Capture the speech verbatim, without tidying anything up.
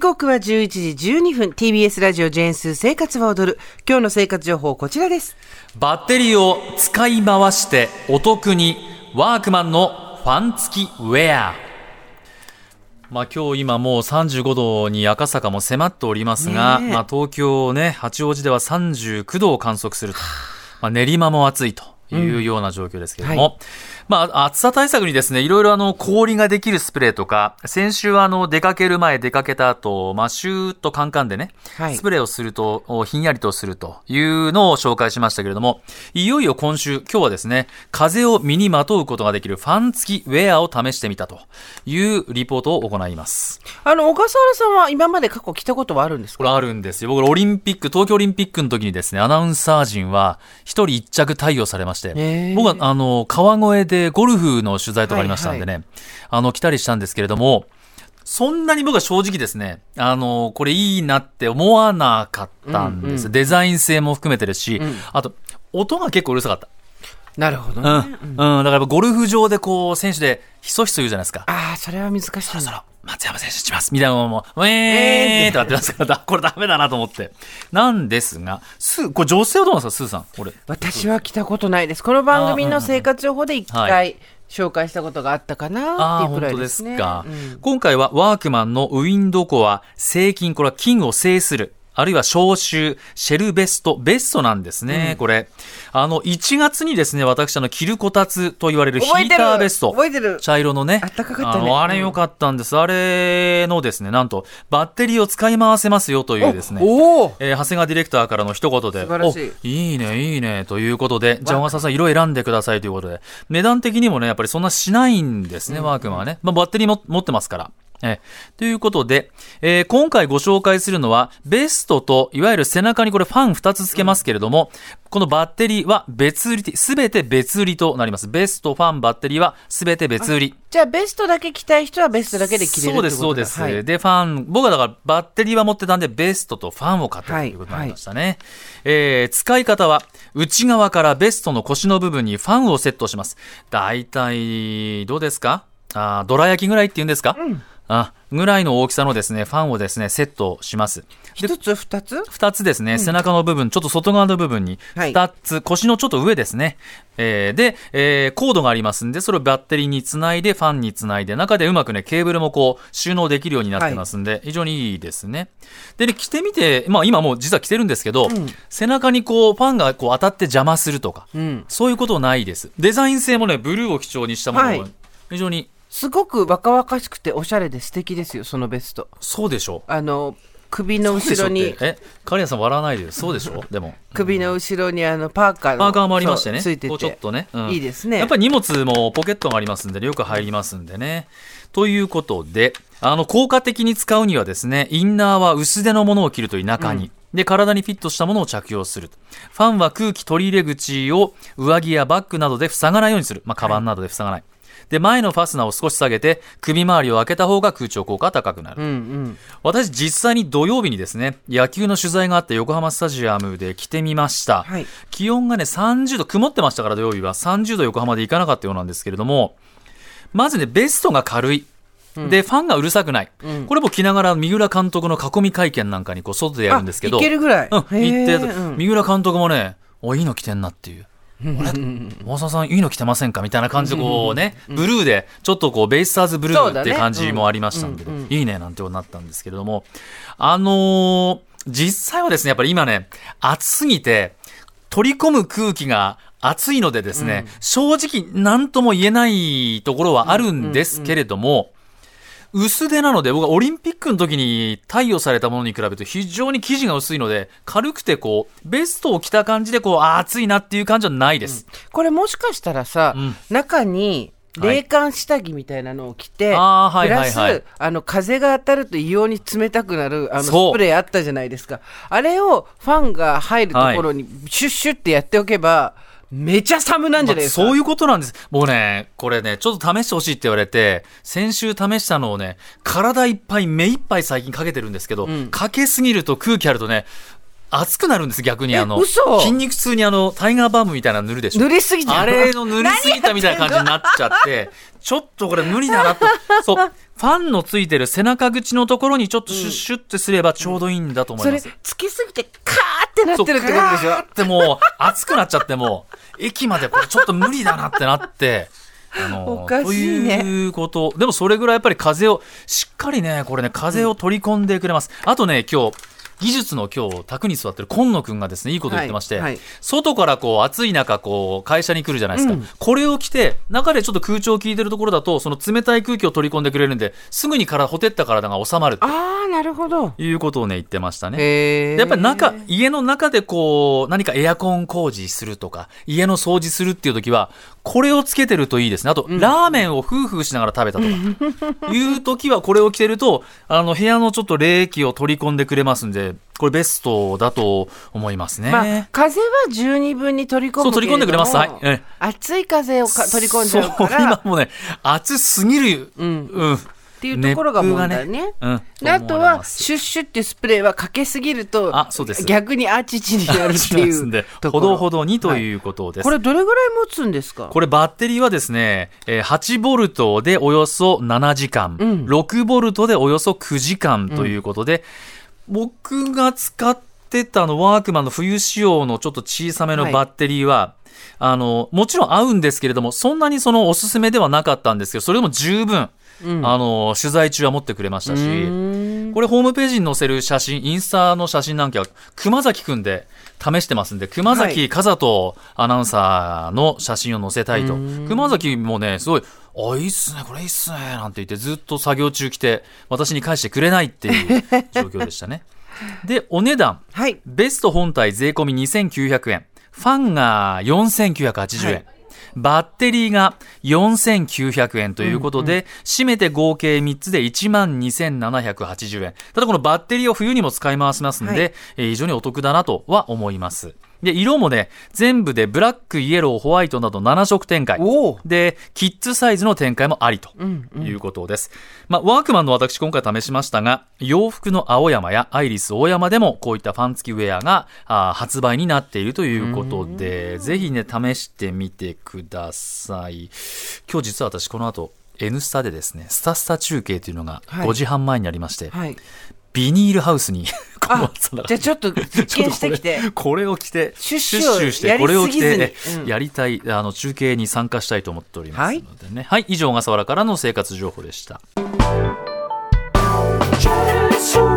刻はじゅういちじじゅうにふん ティービーエス ラジオジェーンスー生活は踊る。今日の生活情報こちらです。 バッテリーを使い回してお得にワークマンのファン付きウェア。まあ、今日今もうさんじゅうごどに赤坂も迫っておりますが、まあ、東京ね八王子ではさんじゅうきゅうどを観測すると、まあ、練馬も暑いというような状況ですけれども、うんはい、まあ、暑さ対策にですね、いろいろあの氷ができるスプレーとか、先週はあの出かける前出かけた後、まあ、シューッとカンカンでね、はい、スプレーをするとひんやりとするというのを紹介しましたけれども、いよいよ今週今日はですね、風を身にまとうことができるファン付きウェアを試してみたというリポートを行います。 あの小笠原さんは今まで過去着たことはあるんですか？ これあるんですよ。僕オリンピック東京オリンピックの時にですね、アナウンサー陣は一人一着貸与されまして、僕はあの川越でゴルフの取材とかありましたんでね、はいはい、あの来たりしたんですけれども、そんなに僕は正直ですね、あのこれいいなって思わなかったんです、うんうん、デザイン性も含めてですし、うん、あと音が結構うるさかった。 なるほどね、 うんうん、だからゴルフ場でこう選手でひそひそ言うじゃないですか。 ああ、それは難しい。 そろそろ松山選手しますみたいなのもウェーってなってますからこれダメだなと思ってなんですが、スーこれ女性はどうなんですか、スーさん。これ私は着たことないです。この番組の生活情報でいっかい、はい、紹介したことがあったかなっていうくらいですね。 あ、本当ですか、うん、今回はワークマンのウィンドコア製金、これは金を制する、あるいは消臭シェルベストベストなんですね、うん、これあのいちがつにですね、私あの着るこたつと言われるヒーターベスト、 覚えてる茶色のね、 あったかかったね、 あのあれ良かったんです、うん、あれのですね、なんとバッテリーを使い回せますよというですね、おお、えー、長谷川ディレクターからの一言で、 素晴らしい、 おいいねいいねということで、じゃあ小笠原さん色選んでくださいということで、値段的にもねやっぱりそんなしないんですね、うん、ワークマンはね、まあ、バッテリーも持ってますから。えということで、えー、今回ご紹介するのはベストと、いわゆる背中にこれファンふたつつけますけれども、うん、このバッテリーは別売り、すべて別売りとなります。ベスト、ファン、バッテリーはすべて別売り。 じゃあベストだけ着たい人はベストだけで着れるってことだ。 そうですそうです、はい、でファン、僕はだからバッテリーは持ってたんでベストとファンを買ったということになりましたね、はいはい、えー、使い方は内側からベストの腰の部分にファンをセットします。だいたいどうですか、あ、どら焼きぐらいっていうんですか、うん、あぐらいの大きさのですねファンをですねセットします。 一つ二つ二つですね、うん、背中の部分ちょっと外側の部分に二つ、はい、腰のちょっと上ですね、えー、で、えー、コードがありますんで、それをバッテリーにつないでファンにつないで、中でうまくねケーブルもこう収納できるようになってますんで、はい、非常にいいですね。でね、着てみて、まあ、今もう実は着てるんですけど、うん、背中にこうファンがこう当たって邪魔するとか、うん、そういうことないです。デザイン性もねブルーを基調にしたものが非常に、はい、 すごく若々しくておしゃれで素敵ですよ、そのベスト。 そうでしょう。 あの首の後ろに、 え、カリアさん笑わないで、そうでしょでも首の後ろにあのパーカーのパーカーもありましてね、 ついててこうちょっとね、うん、 いいですね。 やっぱり荷物もポケットがありますんでよく入りますんでね。ということで、あの効果的に使うにはですね、インナーは薄手のものを着るという中に、うん、で体にフィットしたものを着用する。ファンは空気取り入れ口を上着やバッグなどで塞がないようにする、まあ、カバンなどで塞がない、はい、で前のファスナーを少し下げて首周りを開けた方が空調効果が高くなる、うんうん、私実際に土曜日にですね野球の取材があって横浜スタジアムで着てみました、はい、気温がねさんじゅうど、曇ってましたから土曜日はさんじゅうど横浜で行かなかったようなんですけれども、まずねベストが軽いでファンがうるさくない、うん、これも着ながら三浦監督の囲み会見なんかにこう外でやるんですけど、 いけるぐらい、 うん、行って、うん、三浦監督もね、おいいの着てんなっていう、あれ大沢さんいいの着てませんかみたいな感じでこうね、ブルーでちょっとこうベイスターズブルーっていう感じもありましたんで、ね、うんうんうん、いいねなんてなったんですけれども、あのー、実際はですねやっぱり今ね暑すぎて取り込む空気が暑いのでですね、うん、正直何とも言えないところはあるんですけれども、うんうんうん、薄手なので、僕はオリンピックの時に貸与されたものに比べると非常に生地が薄いので、軽くてこうベストを着た感じでこうあ暑いなっていう感じはないです、うん、 これもしかしたらさ、うん、中に冷感下着みたいなのを着て、 はい、 プラス、 はいはいはい、 あの風が当たると異様に冷たくなるあのスプレーあったじゃないですか。あれをファンが入るところにシュッシュッってやっておけば、めちゃ寒なんじゃないですか、 まあ、そういうことなんです。もうねこれねちょっと試してほしいって言われて先週試したのをね体いっぱい目いっぱい最近かけてるんですけど、うん、かけすぎると空気あるとね熱くなるんです。逆にあの筋肉痛にあのタイガーバームみたいなの塗るでしょ。 塗りすぎたあれの塗りすぎたみたいな感じになっちゃってちょっとこれ無理だなとそうフファンのついてる背中口のところにちょっとシュッシュッってすればちょうどいいんだと思います、 うん、それつきすぎてカーってなってるってことでしょ。 カーってもう熱くなっちゃっても駅までこれちょっと無理だなってなってあのおかしいね。 ということでもそれぐらいやっぱり風をしっかりねこれね風を取り込んでくれます、うん、あとね今日技術の今日卓に座ってる今野くんがですねいいこと言ってまして、はいはい、外からこう暑い中こう会社に来るじゃないですか、うん、これを着て中でちょっと空調を効いてるところだとその冷たい空気を取り込んでくれるんですぐにからほてった体が収まる。 あーなるほどいうことをね言ってましたね。 へー。 やっぱり中家の中でこう何かエアコン工事するとか家の掃除するっていう時はこれをつけてるといいですね。あと、うん、ラーメンをフーフーしながら食べたとかいう時はこれを着てるとあの部屋のちょっと冷気を取り込んでくれますんでこれベストだと思いますね、 まあ、風は十二分に取り込むけれどもそう取り込んでくれます、はいええ、 暑い風をか取り込んじゃうから今もうね暑すぎる、 うんうんっていうところが問題 ね, ね、うん、であとはシュッシュっていうスプレーはかけすぎるとあそうです逆にアチチになるっていうでほどほどにということです、 はい、これどれぐらい持つんですか。 これバッテリーはですねはちボルトでおよそななじかん、うん、ろくボルトでおよそくじかんということで、うん、僕が使ってたのワークマンの冬仕様のちょっと小さめのバッテリーは、はい、あのもちろん合うんですけれどもそんなにそのおすすめではなかったんですけどそれでも十分うん、あの取材中は持ってくれましたしこれホームページに載せる写真インスタの写真なんかは熊崎くんで試してますんで熊崎和人アナウンサーの写真を載せたいと、はい、熊崎もねすごいあいいっすねこれいいっすねなんて言ってずっと作業中来て私に返してくれないっていう状況でしたねでお値段、はい、ベスト本体税込みにせんきゅうひゃくえんファンがよんせんきゅうひゃくはちじゅうえん、はいバッテリーがよんせんきゅうひゃくえんということで、うんうん、締めて合計みっつでいちまんにせんななひゃくはちじゅうえん。ただこのバッテリーを冬にも使い回しますので、はいえー、非常にお得だなとは思います。で色もね全部でブラックイエローホワイトなどななしょく展開でキッズサイズの展開もありということです、うんうんまあ、ワークマンの私今回試しましたが洋服の青山やアイリス大山でもこういったファン付きウェアがあ発売になっているということでぜひね試してみてください。今日実は私この後 N スタでですねスタスタ中継というのがごじはんまえにありまして、はいはいビニールハウスにあじゃあちょっと実験してきてこれを着てシュッシュをしてこれを着て、 うん、やりたいあの中継に参加したいと思っておりますのでね、はい、はい、以上小笠原からの生活情報でした。